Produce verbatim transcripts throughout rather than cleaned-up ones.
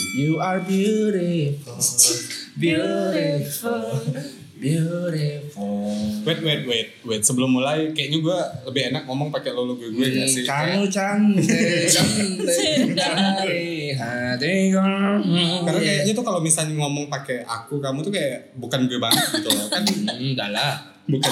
You are beautiful, beautiful, beautiful. Wait, wait, wait, wait. Sebelum mulai, kayaknya gue lebih enak ngomong pakai lo gue gue nggak sih? Kamu cantik, cantik dari hatiku. Karena kayaknya tuh kalau misalnya ngomong pakai aku, kamu tuh kayak bukan gue banget gitu loh kan? Enggak lah, Bukan.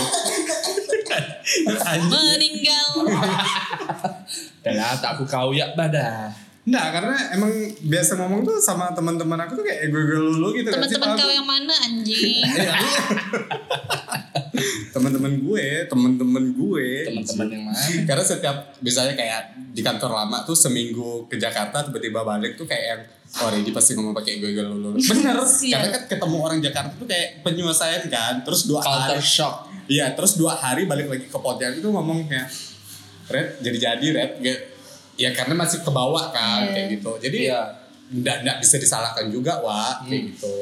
Meninggal. udah lah, tak aku kau ya badah. Nggak, karena emang biasa ngomong tuh sama teman-teman aku tuh kayak gue gue lulu gitu kan sih. Teman-teman kau yang mana anjing? Teman-teman gue, teman-teman gue. Teman-teman yang mana? Karena setiap misalnya kayak di kantor lama tuh seminggu ke Jakarta tiba-tiba balik tuh kayak yang oh ini pasti ngomong pakai gue gue lulu. Bener. Karena kan ketemu orang Jakarta tuh kayak penyelesaian kan. Terus dua Culture hari. shock. Iya, terus dua hari balik lagi ke Pontianak itu ngomong kayak Red jadi-jadi Red kayak ya karena masih ke bawah kan yeah. kayak gitu. Jadi Iya. enggak enggak bisa disalahkan juga, Wak, kayak Hmm. gitu.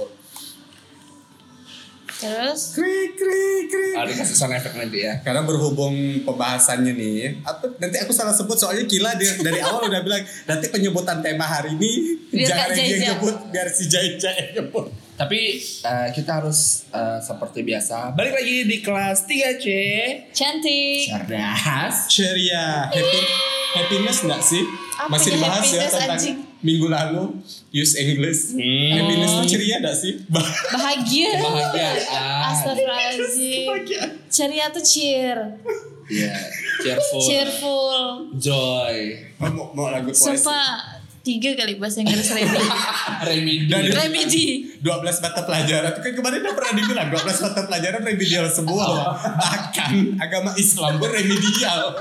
Terus? Krik krik krik. Ada kasih sound effect nanti ya. Karena berhubung pembahasannya nih, apa nanti aku salah sebut soalnya Kila dia dari awal udah bilang nanti penyebutan tema hari ini Biar jangan Kak dia Jaiza. nyebut biar si Jaiza yang nyebut. Tapi uh, kita harus uh, seperti biasa balik lagi di kelas tiga C. Cantik. Cerdas. Ceria, happy, happiness enggak sih? Apa Masih ya dibahas ya happiness, tentang anjing? minggu lalu use English. Hmm. Happiness tuh ceria enggak sih? Bahagia. Kebahagiaan. Astagfirullahaladzim. Ceria tuh cheer. Iya, cheerful. Cheerful. Joy. mau, mau lagu puisi. Sumpah tiga kali bahasa Inggris remedy. Remedy. Dan- Remedy. dua belas mata pelajaran itu kan kemarin udah pernah dibilang dua belas mata pelajaran remedial semua Wak. Bahkan agama Islam pun remedial.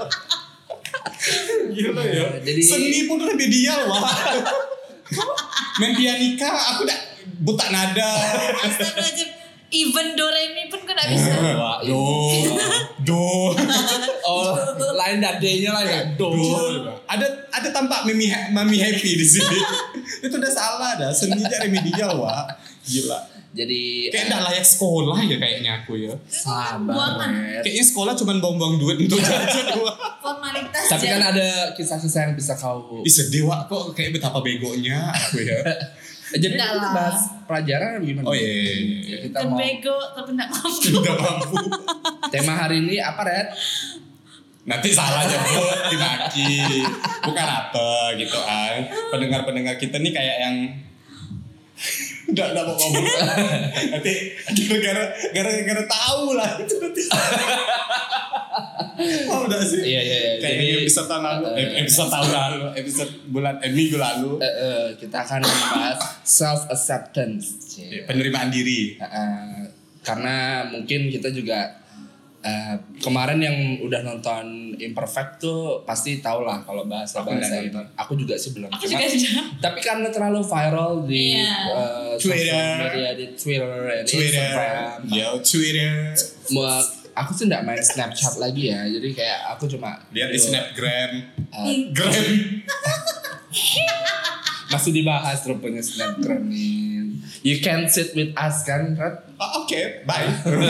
Gila ya. Jadi- Seni pun remedial Wak. Main pianika aku udah buta nada. Astagfirullahaladzim. Even do re mi pun gue gak bisa. Wah, Do Do oh, lain dadenya lah ya. Do. Ada ada tampak mami mami happy di sini. Itu udah salah dah. Seninya remedial Wak. Gila. Jadi Kayak nggak layak sekolah ya kayaknya aku ya. sabar. Buangan. Red. Kayaknya sekolah cuma buang-buang duit untuk jajan Wak. Formalitas. Tapi ya. kan ada kisah-kisah yang bisa kau. Ih sedih Wak, kok kayak betapa begonya aku ya. Jadi Enggak kita lah. bahas pelajaran gimana? Oh iya, iya, iya. Ya, kita Kan mau bego tapi gak mampu. Tidak mampu. tema hari ini apa, Red? Nanti salah nyebut, dimaki. Bukan apa gitu kan. Pendengar-pendengar kita nih kayak yang Udah, udah mau ngomong. Nanti gara-gara gara-gara tahu lah itu nanti. Oh udah sih. Iya iya iya. Kayak Jadi, episode tahun lalu, eh, eh, episode tahun lalu, episode bulan eh, minggu lalu. eh, eh, kita akan membahas self acceptance. Penerimaan diri. Karena mungkin kita juga eh, kemarin yang udah nonton Imperfect tuh pasti tau lah kalau bahasa Aku bahasa nggak ini. nonton. Aku juga sih belum. Aku Cuma- juga tidak. Tapi karena terlalu viral di Iya. eh, Twitter. social media, di Twitter, dan Twitter, Instagram. yo Twitter. Mau- aku sih nggak main Snapchat lagi ya. Jadi kayak aku cuma Lihat di Snapgram, eh, Gram. masih dibahas rupanya Snapgram nih. You can sit with us kan, Red? Oh, Oke, bye.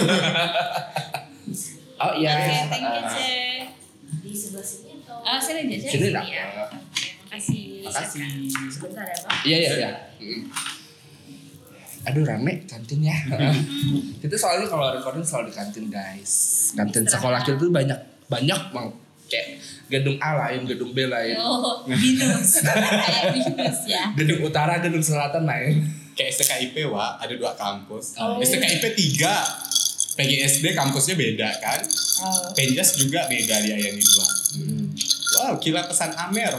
Oh iya. Oke, thank you, Eh, Cek. Di sebelah sini atau? Oh, sini aja, Cek. Sini lah. Ya. Oke, makasih. Makasih. Sebentar ya Pak. Iya iya iya. Mm. Aduh rame kantin ya. Kita soalnya kalau recording selalu di kantin guys. Kantin sekolah kita tuh banyak banyak bang. Kayak gedung A lain, gedung B lain. Oh, binus. Kayak binus ya. Gedung utara, gedung selatan lain. Kayak S T K I P Wak, ada dua kampus. Oh. S T K I P tiga. P G S D kampusnya beda kan. Oh. Penjas juga beda dia yang di dua. Hmm. Wow, kila pesan Amer.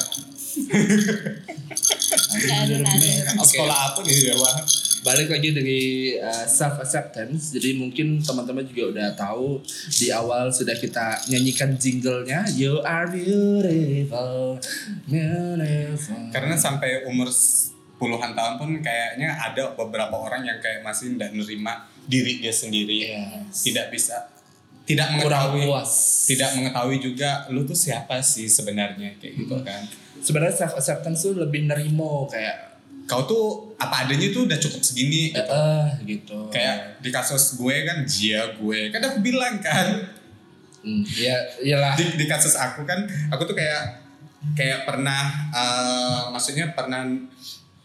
Aduh, aduh. Oke. Sekolah apa nih ya Wak? Balik lagi dari uh, self acceptance. Jadi mungkin teman-teman juga udah tahu di awal sudah kita nyanyikan jinglenya You are beautiful, beautiful. Karena sampai umur puluhan tahun pun kayaknya ada beberapa orang yang kayak masih tidak nerima diri dia sendiri. Yes. Tidak bisa, tidak kurang mengetahui, puas. tidak mengetahui juga lu tuh siapa sih sebenarnya kayak gitu kan. Sebenarnya self acceptance tuh lebih nerimo kayak Kau tuh apa adanya tuh udah cukup segini eh gitu. eh, gitu. Kayak di kasus gue kan Jia gue kan aku bilang kan Hmm, ya iyalah. di, di kasus aku kan aku tuh kayak kayak pernah uh, maksudnya pernah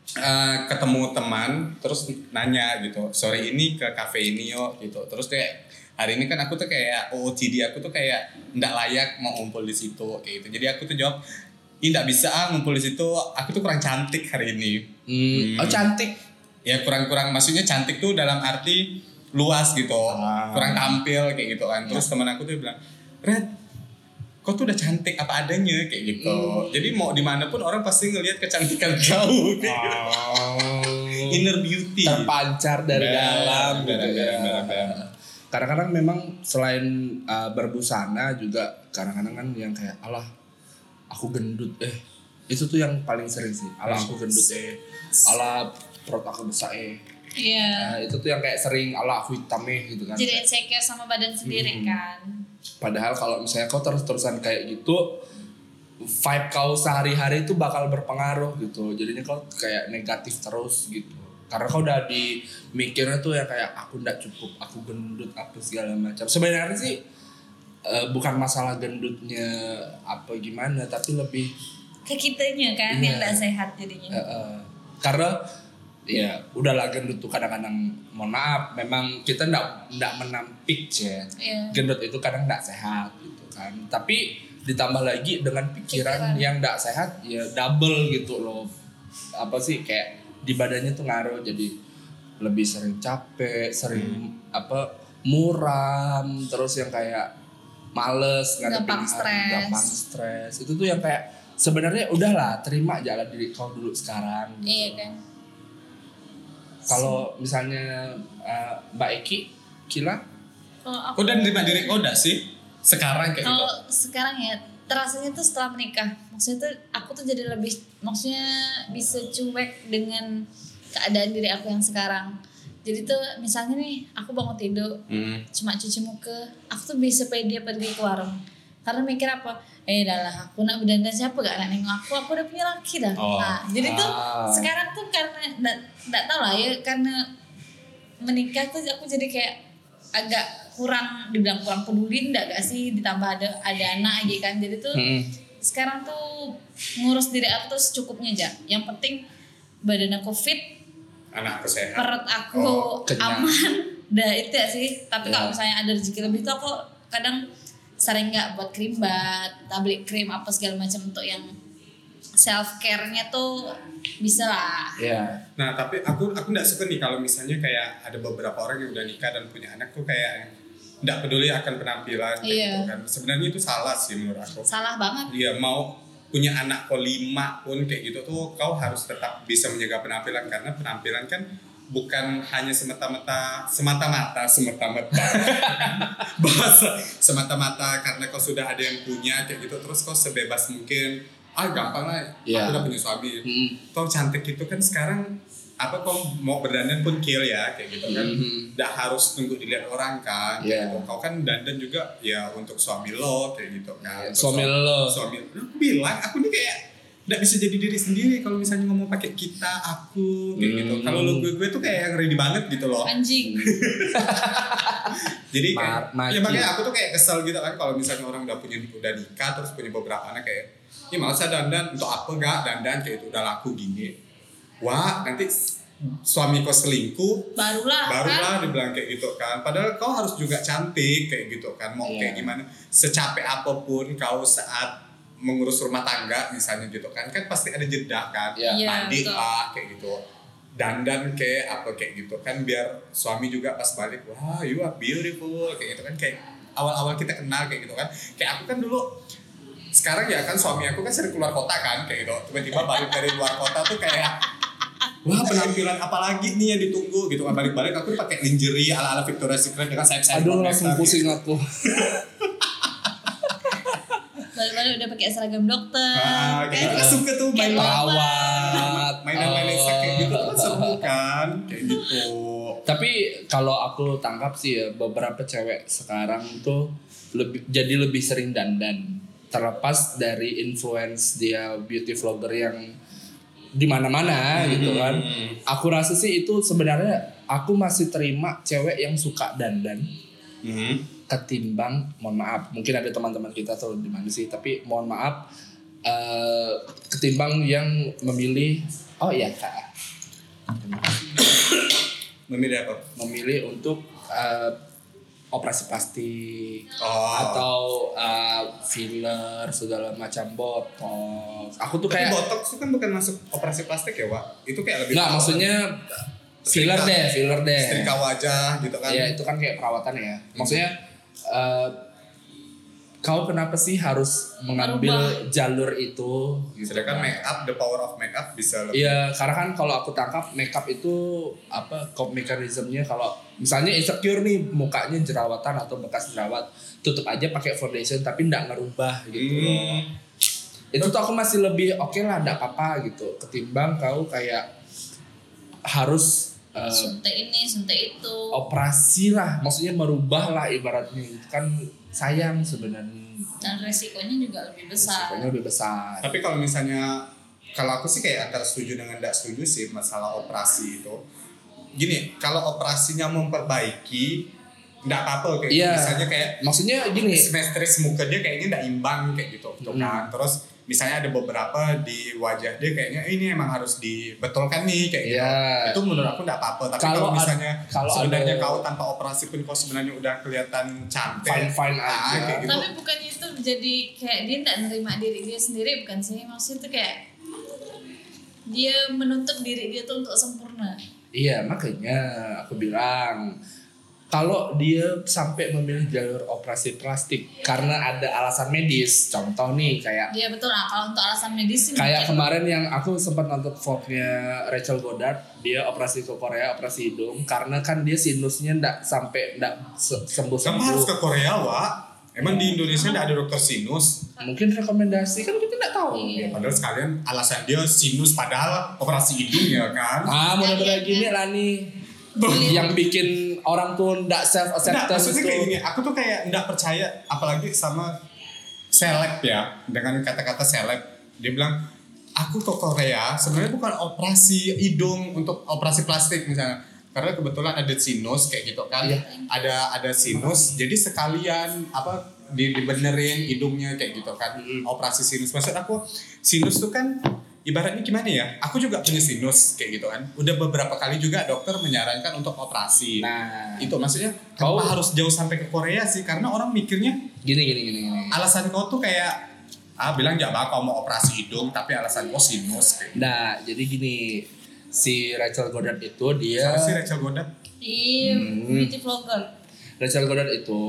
uh, ketemu teman terus nanya gitu, sore ini ke cafe ini yuk gitu. Terus kayak hari ini kan aku tuh kayak O O T D aku tuh kayak nggak layak mau ngumpul di situ kayak gitu. Jadi aku tuh jawab, ih nggak bisa ah ngumpul di situ, aku tuh kurang cantik hari ini. Hmm. Hmm. Oh cantik. Ya kurang-kurang, maksudnya cantik tuh dalam arti luas gitu, Ah. kurang tampil kayak gitu kan. Terus teman aku tuh bilang, Red, kau tuh udah cantik apa adanya kayak gitu. Hmm. Jadi mau dimanapun orang pasti ngelihat kecantikan kau. Oh. Inner beauty. Terpancar dari Bener, dalam gitu bener, ya. bener, bener. Kadang-kadang memang selain uh, berbusana juga kadang-kadang kan yang kayak alah aku gendut eh itu tuh yang paling sering sih. Alah aku gendut eh, alah perut aku besar eh. Iya. Nah, itu tuh yang kayak sering alah aku hitam eh gitu kan. Jadi insecure sama badan sendiri Hmm. kan. Padahal kalau misalnya kau terus-terusan kayak gitu, vibe kau sehari-hari itu bakal berpengaruh gitu. Jadinya kau kayak negatif terus gitu. Karena kau udah di mikirnya tuh ya kayak aku ndak cukup, aku gendut apa segala macam. Sebenarnya sih uh, bukan masalah gendutnya apa gimana, tapi lebih Ke kitanya kan Iya. yang gak sehat jadinya. uh, uh, karena ya udahlah gendut tuh kadang-kadang mohon maaf memang kita ndak ndak menampik ya. Iya. Gendut itu kadang ndak sehat gitu kan. Tapi ditambah lagi dengan pikiran, Pikiran. yang ndak sehat ya double gitu loh. Apa sih kayak di badannya tuh ngaruh jadi lebih sering capek, sering apa muram, terus yang kayak males ngadepin Gampang hari, stres. gampang stres. Itu tuh yang kayak sebenarnya udahlah terima jalan diri kau dulu sekarang. Gitu. Iya kan. Kalau misalnya uh, Mbak Eki, Kila, Kalau aku Kau udah nerima diri kau udah sih? Sekarang kayak gitu. kalau sekarang ya terasanya tuh setelah menikah, maksudnya tuh aku tuh jadi lebih, maksudnya bisa cuek dengan keadaan diri aku yang sekarang. Jadi tuh misalnya nih aku bangun tidur Hmm. cuma cuci muka, aku tuh bisa pede pergi ke warung. Karena mikir apa? Eh dah lah, aku nak berdandan siapa gak nak nengok aku, aku udah punya laki dah. Oh. Nah, jadi tuh Ah. sekarang tuh karena nggak nggak tahu lah ya, karena menikah tuh aku jadi kayak agak kurang, dibilang kurang peduli enggak gak sih, ditambah ada ada anak aja kan. Jadi tuh Hmm. sekarang tuh ngurus diri aku tuh secukupnya aja. Yang penting badan aku fit, Anak aku sehat. perut aku Oh, kenyang. aman. Dah itu ya sih. Tapi Ya. kalau misalnya ada rezeki lebih tuh aku kadang sering nggak buat krim bat, tablet krim apa segala macam untuk yang self care-nya tuh bisa lah. Ya. Nah tapi aku aku nggak suka nih kalau misalnya kayak ada beberapa orang yang udah nikah dan punya anak tuh kayak nggak peduli akan penampilan kayak Iya. gitu kan. Sebenarnya itu salah sih menurut aku. Salah banget. Dia mau punya anak kau lima pun kayak gitu tuh kau harus tetap bisa menjaga penampilan, karena penampilan kan bukan hanya semata-mata semata-mata semata-mata bahasa semata-mata karena kau sudah ada yang punya kayak gitu terus kau sebebas mungkin ah gampang lah Iya. aku udah punya suami. Hmm. Kau cantik itu kan sekarang apa kau mau berdandan pun kill ya kayak gitu kan, Mhm. nggak harus tunggu dilihat orang kan Iya. kayak gitu. Kau kan dandan juga ya untuk suami lo kayak gitu kan. Untuk Suami su- lo. suami lo bilang aku nih kayak nggak bisa jadi diri sendiri kalau misalnya ngomong pakai kita aku kayak gitu. Hmm. Kalau lo gue gue tuh kayak yang ready banget gitu loh. Anjing. Jadi Ma- kayak, maju. ya makanya aku tuh kayak kesel gitu kan kalau misalnya orang udah punya udah nikah terus punya beberapa anak kayak, ya masa dandan untuk apa gak dandan kayak itu udah laku gini. Wah nanti suami kau selingkuh Barulah, barulah kan. dibilang kayak gitu kan. Padahal kau harus juga cantik kayak gitu kan. Mau Iya. kayak gimana, secapek apapun kau saat mengurus rumah tangga misalnya gitu kan, kan pasti ada jeda kan. Iya. Iya, Mandi betul. lah kayak gitu, dandan kayak apa kayak gitu kan, biar suami juga pas balik wah you are beautiful kayak gitu kan. Kayak awal-awal kita kenal kayak gitu kan. Kayak aku kan dulu, sekarang ya kan suami aku kan sering keluar kota kan kayak gitu, tiba-tiba balik dari luar kota tuh kayak wah penampilan apa lagi nih yang ditunggu gitu kan. Balik-balik aku pakai lingerie ala-ala Victoria's Secret dengan sayap-sayap Aduh empat langsung meter pusing gitu. aku. Balik-balik udah pakai seragam dokter. Ah, kayak gitu kan suka tuh main Kayak lawan, Perawat. mainan-mainan Oh. kayak gitu kan seru kan kayak gitu. Tapi kalau aku tangkap sih ya beberapa cewek sekarang tuh lebih jadi lebih sering dandan. Terlepas dari influence dia beauty vlogger yang di mana-mana gitu kan. Aku rasa sih itu sebenarnya aku masih terima cewek yang suka dandan Mhm. ketimbang, mohon maaf, mungkin ada teman-teman kita tuh di mana sih, tapi mohon maaf eh, ketimbang yang memilih oh ya Kak, Terima kasih. Memilih apa? Memilih untuk uh, operasi plastik Oh. atau uh, filler segala macam botox. Aku tuh Tapi kayak botox itu kan bukan masuk operasi plastik ya, Wak? Itu kayak lebih nggak, maksudnya filler Setrika- deh, filler deh. setrika wajah gitu kan. Ya itu kan kayak perawatan ya. Maksudnya uh, kau kenapa sih harus mengambil Merubah. jalur itu? Gitu Sedangkan kan? make up, the power of make up bisa lebih. Iya, karena kan kalau aku tangkap makeup itu apa coping mechanismnya, kalau misalnya insecure nih mukanya jerawatan atau bekas jerawat, tutup aja pakai foundation tapi nggak ngerubah gitu. Hmm. Itu tuh aku masih lebih oke lah, nggak apa-apa gitu. Ketimbang kau kayak harus uh, suntik ini suntik itu. operasi lah, maksudnya merubah lah ibaratnya, itu kan sayang sebenarnya. Dan resikonya juga lebih besar. Resikonya lebih besar. Tapi kalau misalnya, kalau aku sih kayak antara setuju dengan tidak setuju sih masalah operasi itu. Gini, kalau operasinya memperbaiki, tidak apa-apa kayak Iya. misalnya kayak Maksudnya gini, simetris muka dia kayaknya tidak imbang kayak gitu, gitu Hmm. kan. Terus misalnya ada beberapa di wajah dia kayaknya eh, ini emang harus dibetulkan nih kayak gitu. Iya. Itu menurut aku tidak apa-apa. Tapi Kalau kalau ad- misalnya kalau sebenarnya ada- kau tanpa operasi pun kau sebenarnya udah kelihatan cantik, Fine-fine ah, aja. kayak gitu. Tapi bukannya itu jadi kayak dia tidak nerima diri dia sendiri, bukan sih? Maksudnya itu kayak dia menuntut diri dia tuh untuk sempurna. iya makanya aku bilang kalau dia sampai memilih jalur operasi plastik karena ada alasan medis, contoh nih kayak Dia betul. Nah, kalau untuk alasan medis sih kayak mungkin. kemarin yang aku sempat nonton vlognya Rachel Goddard, dia operasi ke Korea, operasi hidung karena kan dia sinusnya ndak sampai ndak se- sembuh Kenapa harus ke sembuh. Korea, Wak? Emang di Indonesia tidak ada dokter sinus? Mungkin rekomendasi kan kita nggak tahu. Iya. Ya, padahal sekalian alasan dia sinus padahal operasi hidung ya kan? Ah, mau nonton lagi nih lah nih. Yang bikin orang tuh ndak self Nggak, acceptance maksudnya itu. kayak gini, aku tuh kayak nggak percaya apalagi sama seleb ya, dengan kata-kata seleb. Dia bilang, aku ke Korea sebenarnya bukan operasi hidung untuk operasi plastik misalnya. Karena kebetulan ada sinus kayak gitu kan. Iya. Ada ada sinus, jadi sekalian apa di, dibenerin hidungnya kayak gitu kan. Mm-mm. Operasi sinus. Maksud aku sinus tuh kan ibaratnya gimana ya? Aku juga punya sinus kayak gitu kan. Udah beberapa kali juga dokter menyarankan untuk operasi. Nah, Itu maksudnya Kau- kenapa harus jauh sampai ke Korea sih? Karena orang mikirnya gini gini gini gini. alasan kau tuh kayak ah bilang ya bak kau mau operasi hidung tapi alasan kau sinus kayak gitu. Nah, jadi gini, si Rachel Goddard itu dia Siapa sih Rachel Goddard? Iya, Hmm. beauty vlogger. Rachel Goddard itu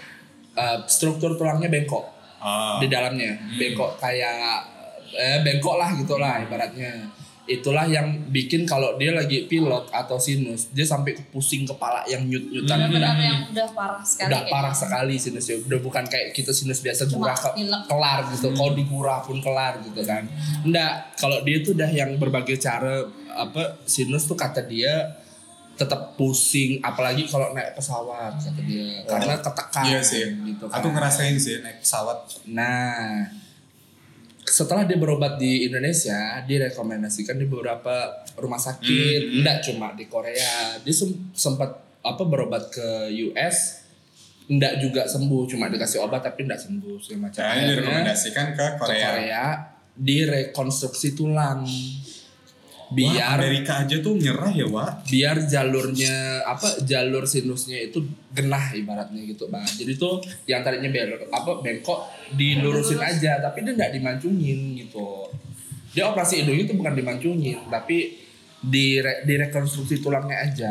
uh, struktur tulangnya bengkok Ah. di dalamnya, bengkok kayak eh, bengkok lah gitulah ibaratnya. Itulah yang bikin kalau dia lagi pilek atau sinus, dia sampai pusing kepala yang nyut-nyutan. Benar-benar Udah, yang udah parah sekali. udah kayak parah gitu. sekali sinusnya. Udah bukan kayak kita sinus biasa Cuma gurah ke, pilek. kelar gitu. Kalau digurah pun kelar gitu kan. Enggak, kalau dia tuh udah yang berbagai cara apa sinus tuh kata dia tetap pusing, apalagi kalau naik pesawat kata dia, karena ketekan Iya sih. gitu kan. Aku ngerasain sih naik pesawat. Nah, setelah dia berobat di Indonesia, direkomendasikan di beberapa rumah sakit, Hmm. enggak cuma di Korea. Dia sem- sempat apa berobat ke U S, enggak juga sembuh, cuma dikasih obat tapi enggak sembuh segala macam. Kayaknya Akhirnya direkomendasikan ke ke Korea. Korea direkonstruksi tulang. Wah, Biar Amerika aja tuh nyerah ya, Wak. biar jalurnya apa jalur sinusnya itu genah ibaratnya gitu bang. Jadi tuh yang tadinya belok apa bengkok dilurusin aja, tapi dia nggak dimancungin gitu. Dia operasi hidung itu bukan dimancungin, tapi dire, direkonstruksi tulangnya aja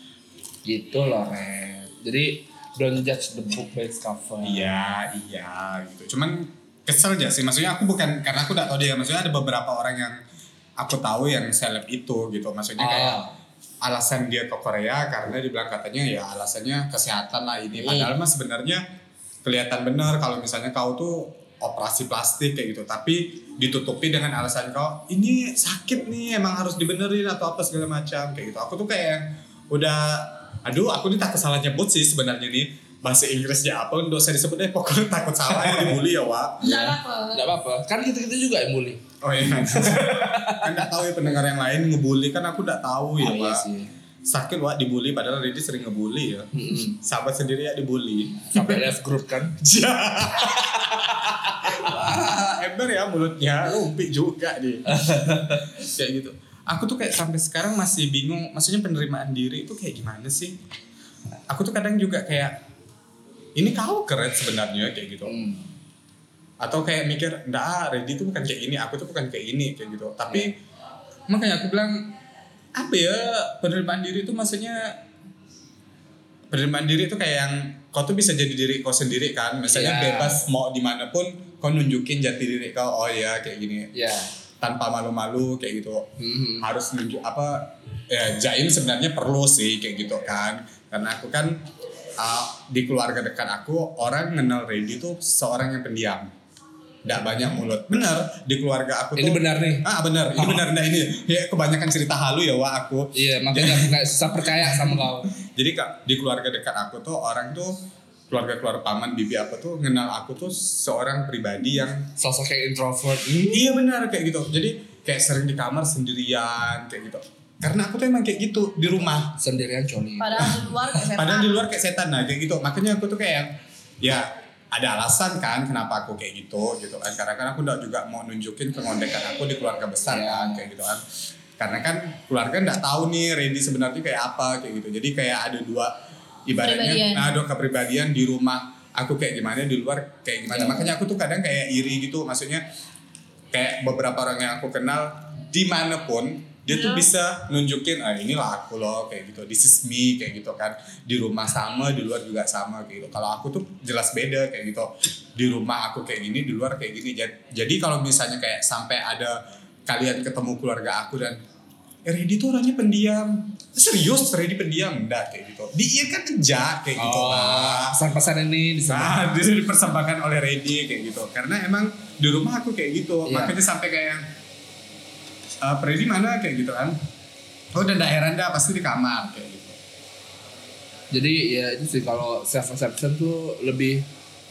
gitu loh Ren. Jadi don't judge the book by its cover. Iya, iya gitu. Cuman kesel aja sih. Maksudnya aku bukan karena aku nggak tahu dia. Maksudnya ada beberapa orang yang aku tahu yang seleb itu gitu. Maksudnya kayak Ah. alasan dia ke Korea karena dibilang katanya ya alasannya kesehatan lah ini. Hmm. Padahal mah sebenarnya kelihatan benar kalau misalnya kau tuh operasi plastik kayak gitu. Tapi ditutupi dengan alasan kau ini sakit nih emang harus dibenerin atau apa segala macam kayak gitu. Aku tuh kayak udah aduh aku ini tak salah nyebut sih sebenarnya nih. Bahasa Inggrisnya apa nggak usah disebut deh pokoknya takut salah ya dibully ya Wak. Nggak apa. Nggak apa-apa, kan kita kita juga yang bully. Oh iya. Kan nggak tahu ya pendengar yang lain ngebully kan aku nggak tahu ya Oh, iya Wak. sih. Sakit Wak dibully padahal Ridi sering ngebully ya. Mm-mm. Sahabat sendiri ya dibully. Sampai left group kan. Wah, ember ya mulutnya rumpi juga nih. Kayak gitu. aku tuh kayak sampai sekarang masih bingung, maksudnya penerimaan diri itu kayak gimana sih? Aku tuh kadang juga kayak ini kau keren sebenarnya kayak gitu. Hmm. Atau kayak mikir, enggak ah, Reddy tuh bukan kayak ini, aku tuh bukan kayak ini kayak gitu. Tapi makanya aku bilang apa ya, penerimaan diri itu maksudnya penerimaan diri itu kayak yang kau tuh bisa jadi diri kau sendiri kan. Misalnya Yeah. bebas mau dimanapun kau nunjukin jati diri kau. Oh ya kayak gini. Ya. Tanpa malu-malu kayak gitu. Hmm. Harus nunjuk apa ya, jaim sebenarnya perlu sih kayak gitu kan. Karena aku kan uh, di keluarga dekat aku orang kenal Reddy tuh seorang yang pendiam, nggak banyak mulut. Bener, di keluarga aku Ini tuh benar nih. ah bener, ini benar. Nah ini ya kebanyakan cerita halu ya wah aku. Iya, makanya aku kayak susah percaya sama kau. Jadi kak, di keluarga dekat aku tuh orang tuh keluarga-keluarga paman bibi apa tuh kenal aku tuh seorang pribadi yang Sosok kayak introvert. iya benar kayak gitu. Jadi kayak sering di kamar sendirian kayak gitu. Karena aku tuh emang kayak gitu di rumah. Sendirian coli. Padahal di luar kayak setan. Padahal di luar kayak setan nah kayak gitu. Makanya aku tuh kayak ya ada alasan kan kenapa aku kayak gitu gitu kan. Karena kan aku udah juga mau nunjukin kemondekan aku di keluarga besar Yeah. kan kayak gitu kan. Karena kan keluarga nggak tahu nih Reddy sebenarnya kayak apa kayak gitu. Jadi kayak ada dua ibaratnya Kepribadian. nah dua kepribadian di rumah aku kayak gimana, di luar kayak gimana. Yeah. Makanya aku tuh kadang kayak iri gitu. Maksudnya kayak beberapa orang yang aku kenal dimanapun dia tuh Yeah. bisa nunjukin ah inilah aku loh kayak gitu, this is me kayak gitu kan. Di rumah sama, di luar juga sama kayak gitu. Kalau aku tuh jelas beda kayak gitu. Di rumah aku kayak gini, di luar kayak gini. Jadi, jadi kalau misalnya kayak sampai ada kalian ketemu keluarga aku dan eh, Reddy tuh orangnya pendiam. Serius Reddy pendiam? Enggak kayak gitu. Dia kan kerja kayak gitu Oh, lah. pesan-pesan ini Nah, disebut. dia dipersembahkan oleh Reddy kayak gitu. Karena emang di rumah aku kayak gitu. Iya. Makanya sampai kayak uh, Reddy mana kayak gitu kan. Oh dan daerah dah pasti di kamar kayak gitu. Jadi ya itu sih kalau self acceptance tuh lebih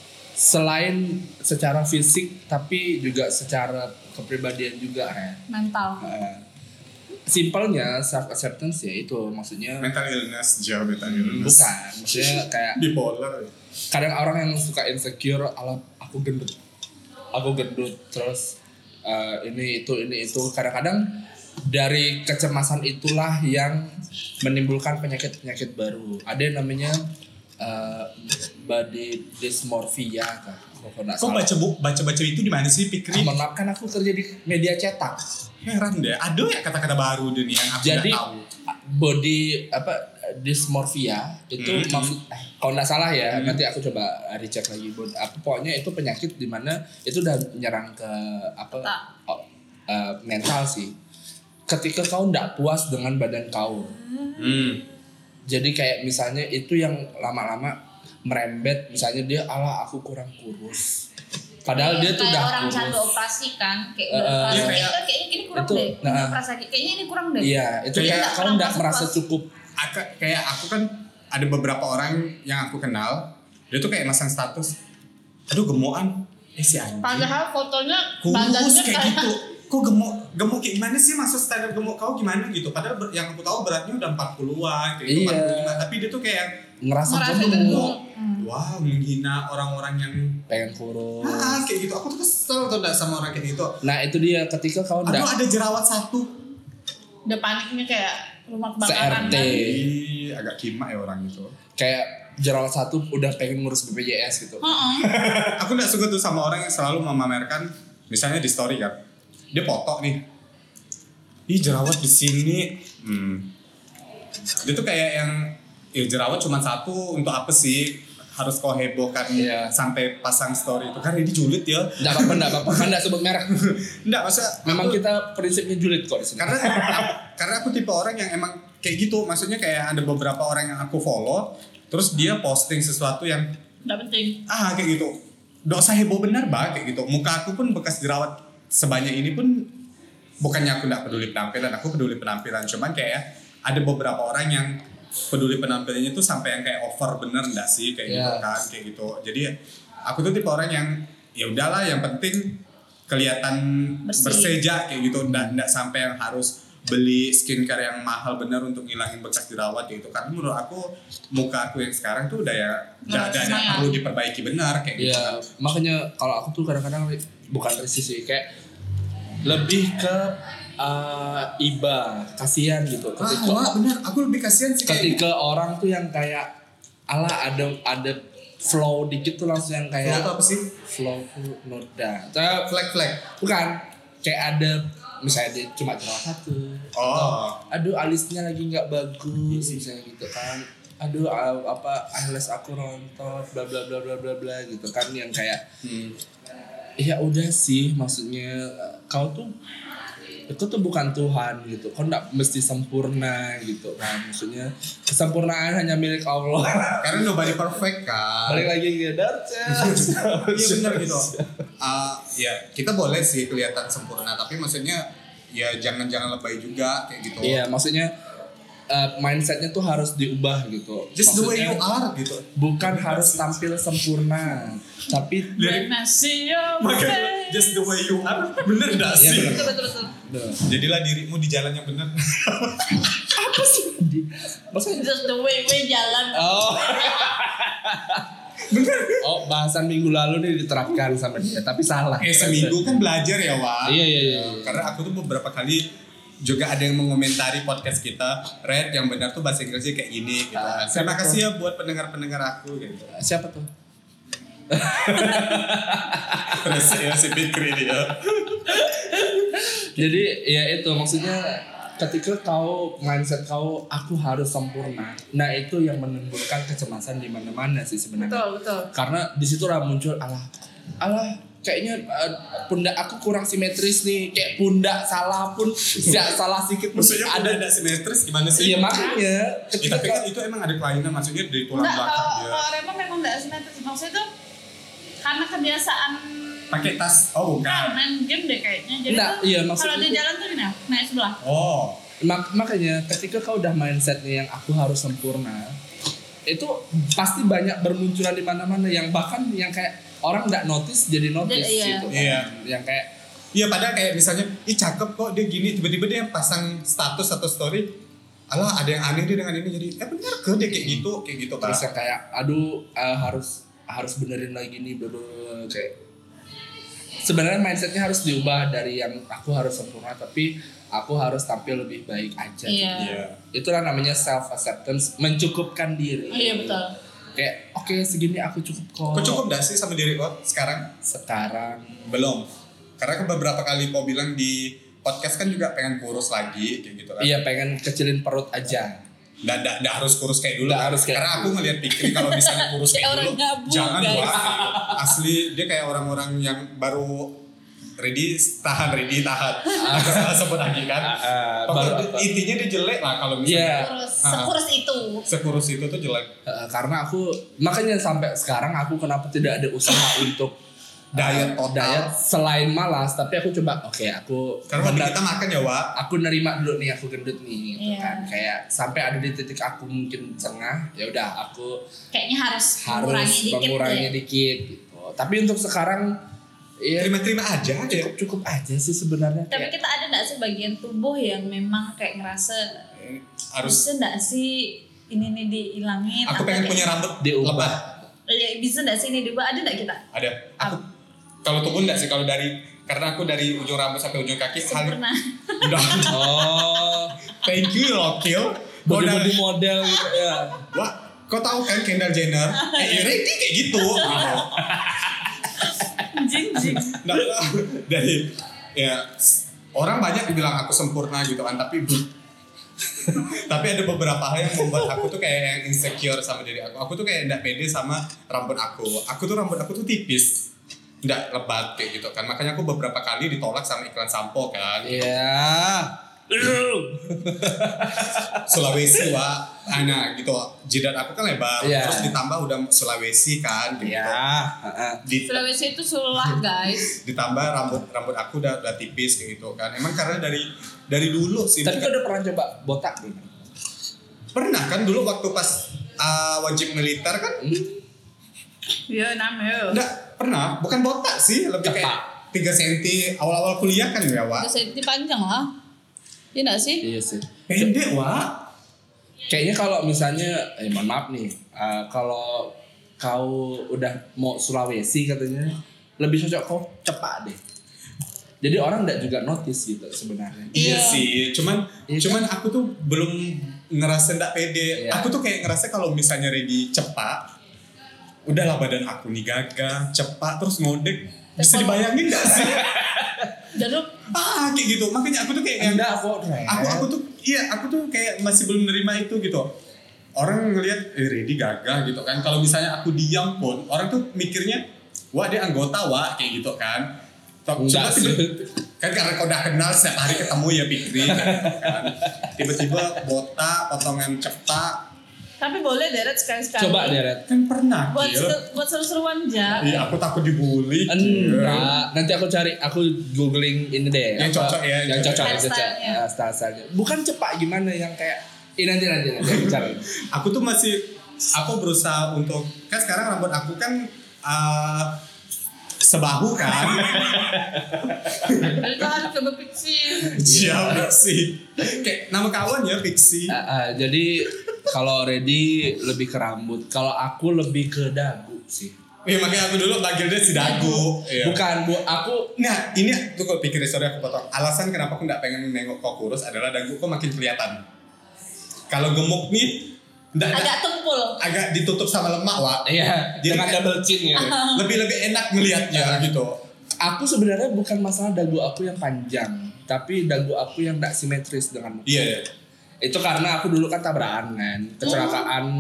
selain secara fisik tapi juga secara kepribadian juga ya. Mental. Nah, simpelnya self acceptance ya itu maksudnya Mental illness jauh mental illness. bukan maksudnya kayak Bipolar. kadang orang yang suka insecure ala aku gendut aku gendut terus uh, ini itu ini itu kadang-kadang dari kecemasan itulah yang menimbulkan penyakit-penyakit baru. Ada yang namanya uh, body dysmorphia kan. Kalau nggak Kok salah. baca bu baca baca itu di mana sih Pikri? Ah, mohon maaf kan aku kerja di media cetak. Heran deh. Ada ya kata-kata baru deh nih yang aku Jadi nggak tahu. body apa dysmorphia itu Hmm. maksud eh, kalau nggak salah ya Hmm. nanti aku coba recheck lagi. Bod- apa pokoknya itu penyakit di mana itu udah menyerang ke apa Tak. oh, eh, mental sih. Ketika kau nggak puas dengan badan kau, Hmm. jadi kayak misalnya itu yang lama-lama merembet, misalnya dia ala aku kurang kurus, padahal dia tuh kayak udah orang kurus. candu operasi kan, kayak Eh, udah eh, operasi iya, kayak, kayak- kayak ini kurang itu, deh, nah. ini operasi kayaknya ini kurang deh. Iya, itu Kayak kayak nggak kau pernah nggak merasa merasa puas. cukup. Aku, kayak aku kan ada beberapa orang yang aku kenal, dia tuh kayak masang status, aduh gemokan, eh si anjing. Padahal fotonya Kurus badannya kayak kayak gitu. Kok gemuk? Gemuk kayak gimana sih maksud standar gemuk kau gimana gitu? Padahal ber- yang aku tahu beratnya udah empat puluhan kayak gitu, Iya. empat puluh lima. Tapi dia tuh kayak Ngerasa Ngerasa gemuk, gemuk. wow, menghina orang-orang yang pengen kurus. ah kayak gitu. Aku tuh kesel tuh dah sama orang kayak gitu. Nah itu dia ketika kau Aduh nggak ada jerawat satu. udah paniknya kayak rumah C R kebakaran T. kan. Ih, agak kima ya orang itu. kayak jerawat satu udah pengen ngurus B P J S gitu. Heeh. Aku gak suka tuh sama orang yang selalu memamerkan, misalnya di story kan, dia foto nih, ih jerawat di sini, hmm. dia tuh kayak yang, ya jerawat cuma satu, untuk apa sih harus kau hebohkan Iya. sampai pasang story itu, karena dia julid ya. Nggak apa-apa, nggak apa-apa, kan nggak sebut merek. Enggak, masa Memang aku- kita prinsipnya julid kok di sini. karena karena aku tipe orang yang emang kayak gitu, maksudnya kayak ada beberapa orang yang aku follow, terus dia posting sesuatu yang Nggak penting. ah kayak gitu, nggak usah heboh benar bah kayak gitu. Muka aku pun bekas jerawat sebanyak ini pun bukannya aku nggak peduli penampilan, aku peduli penampilan, cuman kayak ada beberapa orang yang peduli penampilannya tuh sampai yang kayak over bener enggak sih kayak gitu Yeah. kan kayak gitu. Jadi aku tuh tipe orang yang ya udahlah yang penting kelihatan Bersih. berseja kayak gitu, enggak enggak sampai yang harus beli skincare yang mahal bener untuk ngilangin bekas jerawat kayak gitu. Karena menurut aku muka aku yang sekarang tuh udah ya udah ada Sayang. perlu diperbaiki benar kayak gitu. Iya, makanya kalau aku tuh kadang-kadang bukan risih sih, kayak lebih ke uh, iba, kasihan gitu. Ketika, Ah, benar. Aku lebih kasihan sih kayak ketika orang tuh yang kayak ala ada ada flow dikit tuh langsung yang kayak Flow tuh apa sih? flow tuh noda. Atau flag-flag. bukan kayak ada misalnya dia cuma jerawat satu. Oh. Aduh alisnya lagi nggak bagus misalnya gitu kan. Aduh a- apa eyelash aku rontok bla bla bla bla bla bla gitu kan yang kayak Hmm. ya udah sih maksudnya kau tuh itu tuh bukan Tuhan gitu, kau nggak mesti sempurna gitu kan, maksudnya kesempurnaan hanya milik Allah. Karena nobody perfect kan. Balik lagi ke Darces. Iya benar gitu. Ah, ya kita boleh sih kelihatan sempurna, tapi maksudnya ya jangan-jangan lebay juga kayak gitu. Iya maksudnya uh, mindsetnya tuh harus diubah gitu. Just the way Maksudnya, you are gitu. bukan harus tampil sempurna, tapi When I see your Makanya face. just the way you are, bener gak Iya, sih? bener. Betul betul betul. Duh. Jadilah dirimu di jalan yang benar. Apa sih? Di- Maksudnya Just the way we jalan. oh. Oh bahasan minggu lalu nih diterapkan sama dia, tapi salah. Eh seminggu kan belajar ya Wak. Iya iya iya. Karena aku tuh beberapa kali juga ada yang mengomentari podcast kita, Red yang benar tuh bahasa Inggrisnya kayak gini gitu. Ah, Terima siapa kasih ya buat pendengar-pendengar aku gitu. Siapa tuh? Terus ya si Fikri dia. Jadi ya itu maksudnya ketika kau mindset kau aku harus sempurna, nah itu yang menimbulkan kecemasan di mana-mana sih sebenarnya. Betul betul. Karena di situ lah muncul alah alah kayaknya uh, pundak aku kurang simetris nih, kayak pundak salah pun nggak salah sedikit pun Maksudnya ada ada. ada simetris gimana sih? Iya makanya Ya, ketika tapi kan itu emang ada kelainan maksudnya dari tulang Enggak, belakang kalau dia. kalau Rema memang enggak simetris. Maksudnya tuh karena kebiasaan Pakai tas. Oh, kan bukan. main game deh kayaknya. Jadi Enggak, tuh iya, kalau maksudnya dia tuh- jalan tuh gini, naik sebelah. Oh. mak- makanya ketika kau udah mindsetnya yang aku harus sempurna, itu pasti banyak bermunculan di mana-mana yang bahkan yang kayak orang nggak notice jadi notice Iya. gitu. Iya. Yang kayak Iya padahal kayak misalnya, ih cakep kok dia gini, tiba-tiba dia pasang status atau story, alah ada yang aneh dia dengan ini, jadi eh bener ke dia kayak gitu, kayak gitu kan. terus yang kayak aduh eh, harus harus benerin lagi nih bla bla bla, kayak sebenarnya mindsetnya harus diubah dari yang aku harus sempurna tapi aku harus tampil lebih baik aja. Iya. Iya. Itulah namanya self acceptance, mencukupkan diri. Iya betul. Kayak oke segini aku cukup kok. Kok cukup gak sih sama diri kok sekarang? Sekarang Belum. Karena kan beberapa kali kau bilang di podcast kan juga pengen kurus lagi, kayak gitu kan. iya pengen kecilin perut aja. Dan nggak harus kurus kayak dulu. Nggak kan. harus kayak Karena aku ngeliat Fikri kalau misalnya kurus Kayak kayak orang dulu, gabung, jangan guys. buat. Asli dia kayak orang-orang yang baru ready tahan ready tahan. Aku salah sebut lagi kan. Ah, Pokoknya baru- intinya dia jelek lah kalau Iya. misalnya Kurus, Ah. sekurus itu. sekurus itu tuh jelek. Eh, karena aku makanya sampai sekarang aku kenapa tidak ada usaha untuk Diet total. diet selain malas tapi aku coba oke aku Karena waktu benar- kita makan ya Wak. aku nerima dulu nih aku gendut nih gitu Iya. kan kayak sampai ada di titik aku mungkin cengah ya udah aku Kayaknya harus, harus mengurangi dikit mengurangi deh. dikit gitu tapi untuk sekarang ya Terima-terima aja ya. cukup cukup aja sih sebenarnya Tapi kayak, kita ada nggak sih bagian tubuh yang memang kayak ngerasa Harus bisa nggak sih ini nih dihilangin? aku atau pengen kayak- punya rambut Diubah. lebat. Ya, bisa nggak sih ini diubah? Ada nggak kita? Ada. Aku kalau tubuh enggak sih kalau dari karena aku dari ujung rambut sampai ujung kaki hal Sempurna. udah. oh Thank you Lokil. Kau body udah body model gitu ya Wah, kau tahu kan Kendall Jenner? Eh, Randy kayak gitu. Jing jing. Nah, dari ya orang banyak dibilang aku sempurna gitu kan, tapi tapi ada beberapa hal yang membuat aku tuh kayak yang insecure sama diri aku. Aku tuh kayak enggak pede sama rambut aku. Aku tuh rambut aku tuh tipis. Enggak lebat kayak gitu kan. Makanya aku beberapa kali ditolak sama iklan sampo kan. ya Sulawesi wa ana gitu. Jidat aku kan lebar. Iya. Terus ditambah udah Sulawesi kan gitu. ya heeh. Di, Sulawesi itu sulah guys. ditambah rambut rambut aku udah udah tipis kayak gitu kan. Emang karena dari dari dulu sih. tapi bukan- kau udah pernah coba botak belum Pernah kan dulu waktu pas uh, wajib militer kan? Ya namanya. Enggak, pernah. Bukan botak sih, lebih Cepak. kayak tiga senti awal-awal kuliah kan ya, Wak? Udah senti panjang lah. Iya nggak sih? iya sih Pendek, Wak. kayaknya kalau misalnya eh mohon maaf nih eh, kalau kau udah mau Sulawesi katanya lebih cocok kau cepak deh Jadi orang enggak juga notice gitu sebenarnya. Iya Iya. sih, cuman Iya cuman aku tuh belum ngerasa ndak pede. Iya. Aku tuh kayak ngerasa kalau misalnya ready cepat, udahlah badan aku nih gagah, cepat terus ngodek. Bisa Kalau- dibayangin gak sih? Dan lu Ah kayak gitu. Makanya aku tuh kayak yang Enggak kok, Ren. aku aku tuh iya aku tuh kayak masih belum menerima itu gitu. Orang ngelihat eh, ready gagah gitu kan. Kalau misalnya aku diam pun orang tuh mikirnya wah dia anggota wah kayak gitu kan. Tok- Enggak Cuma tiba, sih. kan karena kau udah kenal setiap hari ketemu ya Pikri kan. Tiba-tiba botak, potongan cepak. tapi boleh deret sekali-sekali. Coba deret. Kan pernah Buat Gil. seru- buat seru-seruan aja. Iya, aku takut dibully. Gil. Enggak, nanti aku cari, aku googling ini deh. Yang apa- cocok ya, yang yang cocok. cocok, yang cocok. Hairstyle-nya. Ah, style-stylenya. Bukan cepak gimana yang kayak, ini nanti nanti nanti aku cari. Aku tuh masih aku berusaha untuk kan sekarang rambut aku kan uh, sebahu kan. Tahan coba fiksi. Siapa sih? Kayak nama kawan ya Pixie. Ah, ah, jadi kalau ready lebih ke rambut, kalau aku lebih ke dagu sih. Iya makanya aku dulu panggil dia si Dagu. Iya. Bukan bu, aku Nah ini tuh kok pikir sorry aku potong. Alasan kenapa aku nggak pengen nengok kau kurus adalah dagu kau makin kelihatan. Kalau gemuk nih, nggak Agak tumpul. agak ditutup sama lemak wak. iya Jadi dengan kayak- double chin ya. Lebih lebih enak ngelihatnya gitu. Aku sebenarnya bukan masalah dagu aku yang panjang, tapi dagu aku yang tidak simetris dengan muka. Iya. Iya. Itu karena aku dulu kan tabrakan kan, kecelakaan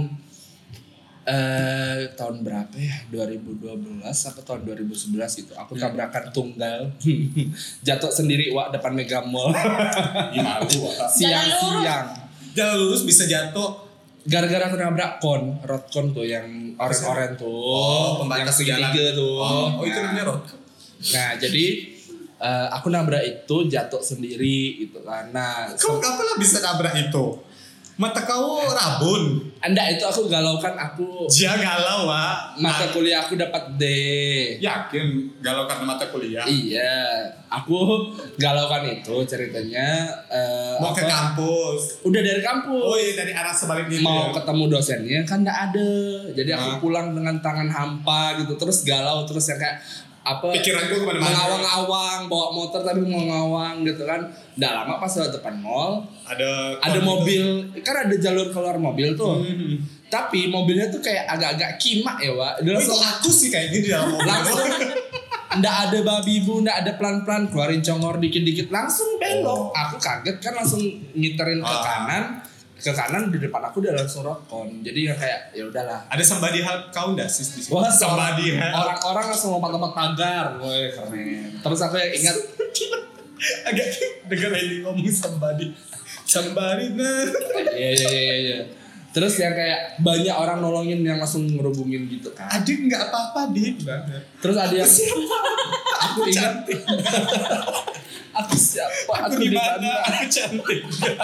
eh tahun berapa ya? dua ribu dua belas apa tahun dua ribu sebelas gitu. Aku tabrakan tunggal. Jatuh sendiri wak depan Mega Mall. Gimana wak? Siang-siang. Jalan lurus bisa jatuh. Gara-gara aku nabrak kon, road con tuh yang oren-oren tuh. Oh, pembatas yang segitiga jalan. tuh. Oh, oh itu Nah. namanya road. Nah, jadi eh, aku nabrak itu jatuh sendiri gitu kan. Nah, Kau apalah bisa nabrak itu? Mata kau rabun. Anda itu aku galau kan aku Dia galau wak. mata kuliah aku dapat D. Yakin galau karena mata kuliah. Iya, aku galau kan itu ceritanya eh, Mau ke apa, kampus. udah dari kampus. Oh iya dari arah sebaliknya. Mau ya. ketemu dosennya kan enggak ada. Jadi aku Ah. pulang dengan tangan hampa gitu terus galau terus yang kayak apa Pikiranku kemana-mana. mengawang-awang bawa motor tapi mau ngawang gitu kan. Nggak lama pas lewat depan mall Ada ada mobil kan ada jalur keluar mobil tuh. Hmm. Tapi mobilnya tuh kayak agak-agak kimak ya, Wak. Dia Oh, itu langsung aku sih kayak gini di dalam mobil. langsung ndak ada babi bu, ndak ada pelan-pelan keluarin congor dikit-dikit langsung belok. Oh. Aku kaget kan langsung ngiterin ke Ah. kanan, ke kanan di depan aku udah langsung rokon. Jadi ya kayak ya udahlah. Ada somebody help kau nggak sih di sini? Wah, somebody help. orang-orang langsung lompat-lompat pagar. Woi, keren. Terus aku yang ingat Agak denger ini ngomong somebody. Somebody nah. iya iya iya iya. Terus yang kayak banyak orang nolongin yang langsung ngerubungin gitu kan. Adik nggak apa-apa dik. Terus ada yang aku ingat aku siapa? Aku di mana? Aku cantik.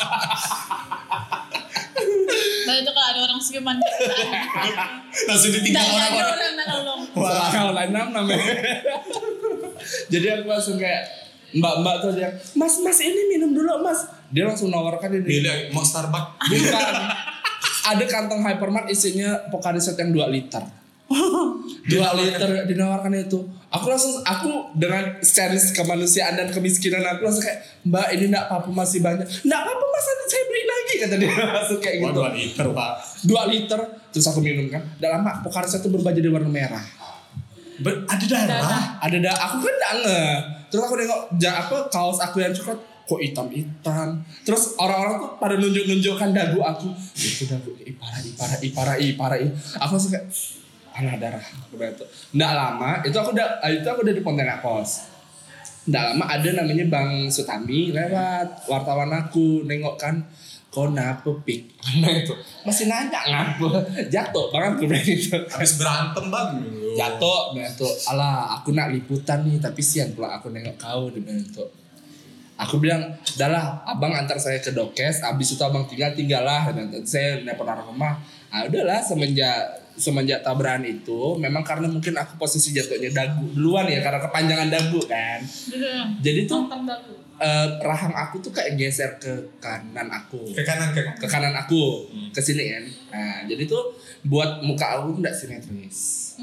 Nah itu kalau ada orang siuman Langsung ditinggal tidak ada orang-orang. orang yang nolong. Wah. Kalau enam namanya. Jadi aku langsung kayak mbak-mbak tuh dia, mas mas ini minum dulu mas. Dia langsung nawarkan ini. Bila mau Starbucks. Bukan. Ada kantong Hypermart isinya Pocari Sweat yang dua liter. dua liter dinawarkan itu. Aku langsung aku dengan sense kemanusiaan dan kemiskinan aku langsung kayak, "Mbak, ini enggak apa-apa masih banyak." "Enggak apa-apa Mas, nanti saya beli lagi," kata dia langsung kayak Wah, gitu. dua liter pak. dua liter terus aku minum kan. Udah lama Pocari Sweat itu berubah jadi warna merah. Ber- ada darah. Ada dah aku kan enggak nge. Terus aku nengok ja, apa kaos aku yang coklat kok hitam-hitam. Terus orang-orang tuh pada nunjuk-nunjukkan dagu aku. Itu dagu ipara ipara ipara ipara. Aku langsung kayak alah darah aku itu. Nggak lama itu aku udah itu aku udah di Pontianak Pos. Nggak lama ada namanya Bang Sutami lewat wartawan aku nengok kan. Kau napa pik? Nah itu masih nanya ngapa jatuh banget gue bilang itu. Habis berantem bang. Jatuh, nah itu alah aku nak liputan nih tapi sian pula aku nengok kau di itu. Aku bilang, "Dah lah, abang antar saya ke Dokes, abis itu abang tinggal tinggal lah." Dan saya nelpon orang rumah. Ah udahlah semenjak semenjak tabrakan itu, memang karena mungkin aku posisi jatuhnya dagu duluan ya karena kepanjangan dagu kan. Jadi tuh Nonton dagu. eh, rahang aku tuh kayak geser ke kanan aku. Ke kanan ke kanan. Ke kanan aku, ke sini kan. Nah, jadi tuh buat muka aku tuh enggak simetris. Hmm.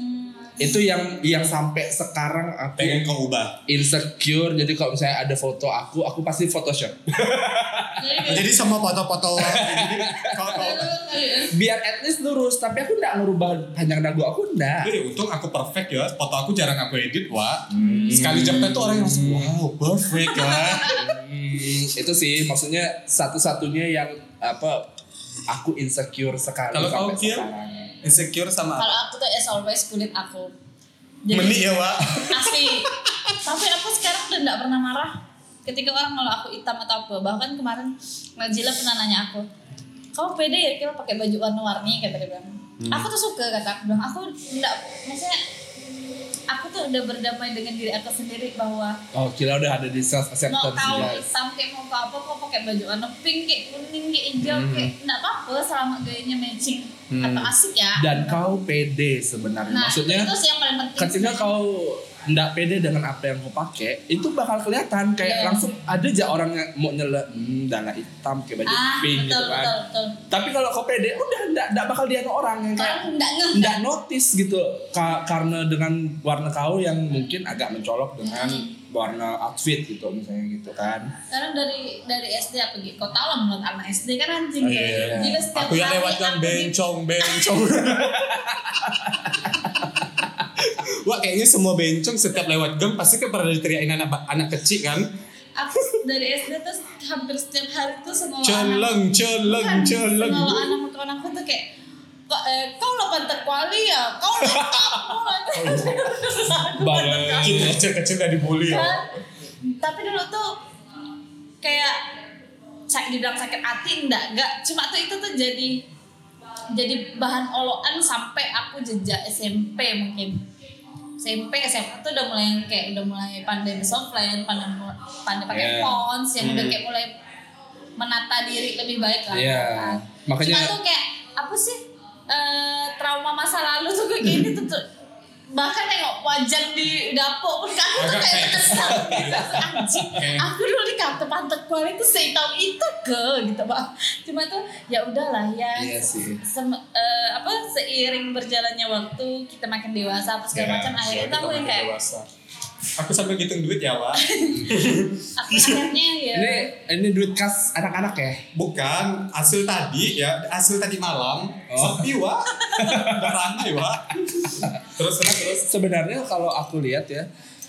itu yang yang sampai sekarang aku pengen kau ubah. insecure. Jadi kalau misalnya ada foto aku, aku pasti Photoshop. Jadi semua foto-foto kau kau. Biar at least lurus, tapi aku enggak ngerubah panjang dagu aku enggak. Eh, untung aku perfect ya. Foto aku jarang aku edit, Wak. Hmm. Sekali jepret tuh orang yang langsung wow, perfect ya. Hmm, itu sih maksudnya satu-satunya yang apa aku insecure sekali Kalau sampai kau Kia, sekarang. insecure sama Kalau apa? aku tuh as always kulit aku. Menik ya, Wak. Asli. Tapi aku sekarang udah gak pernah marah ketika orang kalau aku hitam atau apa. Bahkan kemarin Najila pernah nanya aku, kamu pede ya kira pakai baju warna-warni, kata dia bilang. Hmm. Aku tuh suka, kata aku bilang. Aku enggak, maksudnya aku tuh udah berdamai dengan diri aku sendiri bahwa Oh, kira udah ada di self mau acceptance tahu guys. hitam kayak mau ke apa, kok pakai baju warna pink kayak kuning kayak hijau Hmm. kayak enggak apa-apa selama gayanya matching Hmm. atau asik ya. Dan kau pede sebenarnya. Nah, Maksudnya itu sih yang paling penting. ketika sebenarnya. kau nggak pede dengan apa yang kau pakai, itu bakal kelihatan kayak Yeah. langsung ada aja orang yang mau nyela, hmm, dana hitam kayak baju ah, pink betul, gitu kan. betul, betul. Tapi kalau kau pede, udah nggak nggak bakal dia orang yang kayak Orang enggak ngeh. nggak notice gitu. Ka- karena dengan warna kau yang mungkin agak mencolok dengan warna outfit gitu misalnya gitu kan. Sekarang dari dari S D apa gitu? Kau tahu lah menurut anak S D kan Oh, anjing tuh. iya. Jika setiap Aku yang hari lewat kan aku di- bencong, bencong. Wah, kayaknya semua bencong setiap lewat gang pasti kan pernah diteriakin anak anak kecil kan. Aku dari S D tuh hampir setiap hari tuh semua Celeng, celeng, Bukan, celeng. semua anak kawan aku tuh kayak kok eh, kau lo pantat kuali ya, kau lo Banget. Kita kecil-kecil udah dibully ya. Tapi dulu tuh kayak saya dibilang sakit hati enggak, enggak. Cuma tuh itu tuh jadi jadi bahan olokan sampai aku jejak S M P mungkin. S M P, S M A tuh udah mulai kayak udah mulai pandai bersoftlens, pandai pandai pakai Yeah. fonts yang udah Hmm. kayak mulai menata diri lebih baik lah. Iya. kan. Makanya- Cuma tuh kayak apa sih eh, trauma masa lalu tuh kayak gini tuh, tuh. Bahkan nengok wajan di dapur pun aku tuh Agak kayak kayak kesel gitu. Anjing, Kayak- aku dulu di kantor pantat kuali itu sehitam itu ke gitu bang. Cuma tuh ya udahlah ya. Iya sih. Sem- eh, apa seiring berjalannya waktu kita makin dewasa apa segala Ya, macam akhirnya kita tahu yang makin kayak dewasa. Aku sambil ngitung duit ya, Wak. aku akhirnya ya Ini ini duit kas anak-anak ya. Bukan, hasil tadi ya, hasil tadi malam. Oh. Sepi, Wak. Udah ramai, Wak. Terus, terus, terus. Sebenarnya kalau aku lihat ya,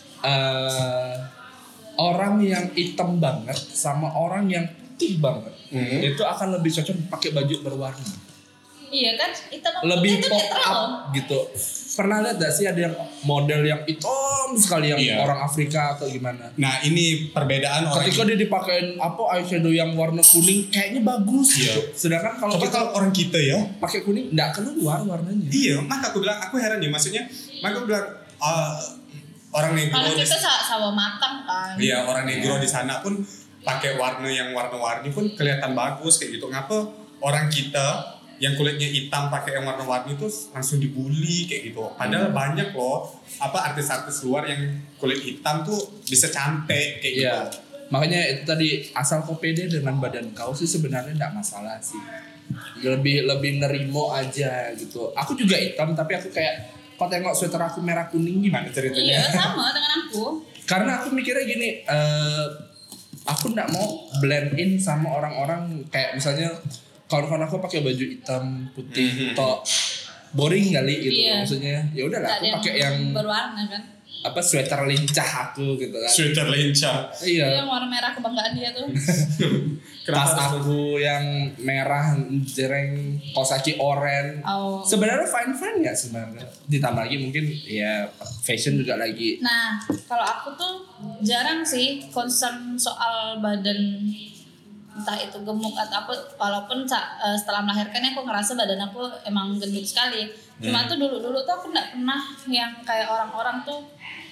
eh, orang yang hitam banget sama orang yang putih banget Hmm. itu akan lebih cocok pakai baju berwarna, iya kan itu lebih itu pop netral up loh. gitu. Pernah lihat gak sih ada yang model yang hitam sekali yang Iya. orang Afrika atau gimana? Nah, ini perbedaan orang. Ketika dia dipakein apa eyeshadow yang warna kuning kayaknya bagus Iya. gitu. Sedangkan kalau Coba kita kalau orang kita ya. pakai kuning nggak keluar warnanya. Iya, maka aku bilang, aku heran ya. Maksudnya, maka aku bilang, ah, orang negro Karena di kita sa- sawah matang kan. Iya, orang negro di sana pun pakai warna yang warna-warni pun kelihatan bagus kayak gitu. Ngapa orang kita yang kulitnya hitam pakai yang warna-warni itu langsung dibully kayak gitu. Padahal banyak loh apa artis-artis luar yang kulit hitam tuh bisa cantik kayak gitu. Iya. Makanya itu tadi asal kau pede dengan badan kau sih sebenarnya nggak masalah sih. Lebih lebih nerimo aja gitu. Aku juga hitam tapi aku kayak kau tengok sweater aku merah kuning gimana ceritanya? Iya sama dengan aku. Karena aku mikirnya gini, eh aku nggak mau blend in sama orang-orang kayak misalnya kawan-kawan aku pakai baju hitam putih Mhm. tok boring kali gitu. Iya. Maksudnya ya udahlah Nggak aku ada pakai yang berwarna kan. apa sweater lincah aku gitu kan. Sweater lincah. Iya. Yang warna merah kebanggaan dia tuh. Tas Kenapa? aku yang merah jereng Kawasaki oren. Oh. Sebenarnya fine fine ya sebenarnya. Ditambah lagi mungkin ya fashion juga lagi. Nah, kalau aku tuh jarang sih concern soal badan entah itu gemuk atau apa, walaupun sa- eh, setelah melahirkan aku ngerasa badan aku emang gendut sekali. Cuma tuh dulu-dulu tuh aku nggak pernah yang kayak orang-orang tuh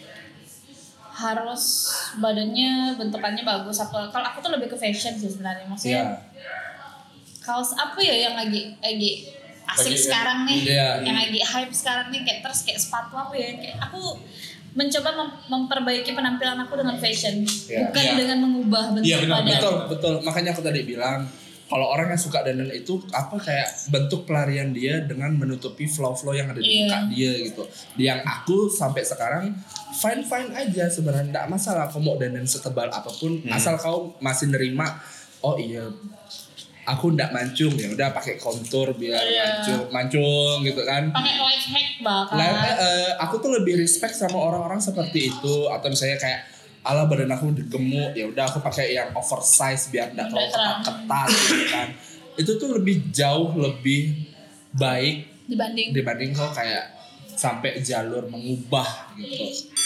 harus badannya bentukannya bagus apa. Kalau aku tuh lebih ke fashion sih sebenarnya, maksudnya Iya. kaos apa ya yang lagi lagi asik Lagi- sekarang nih, Iya. yang lagi hype sekarang nih, kayak terus kayak sepatu apa ya, kayak aku mencoba mem- memperbaiki penampilan aku dengan fashion, Iya. bukan Iya. dengan mengubah bentuk Iya, benar, badan. Betul betul. Makanya aku tadi bilang kalau orang yang suka dandan itu apa kayak bentuk pelarian dia dengan menutupi flow-flow yang ada di Iya. muka dia gitu. Yang aku sampai sekarang fine fine aja sebenarnya, nggak masalah kau mau dandan setebal apapun Hmm. asal kau masih nerima. Oh iya, aku ndak mancung ya udah pakai kontur biar Iya. mancung mancung gitu kan. Pakai life hack bahkan. Lah, eh, eh, aku tuh lebih respect sama orang-orang seperti itu. Atau misalnya kayak ala badan aku gemuk ya udah aku pakai yang oversize biar nggak terlalu Beneran. ketat-ketat gitu kan. Itu tuh lebih jauh lebih baik Dibanding dibanding kau kayak sampai jalur mengubah gitu.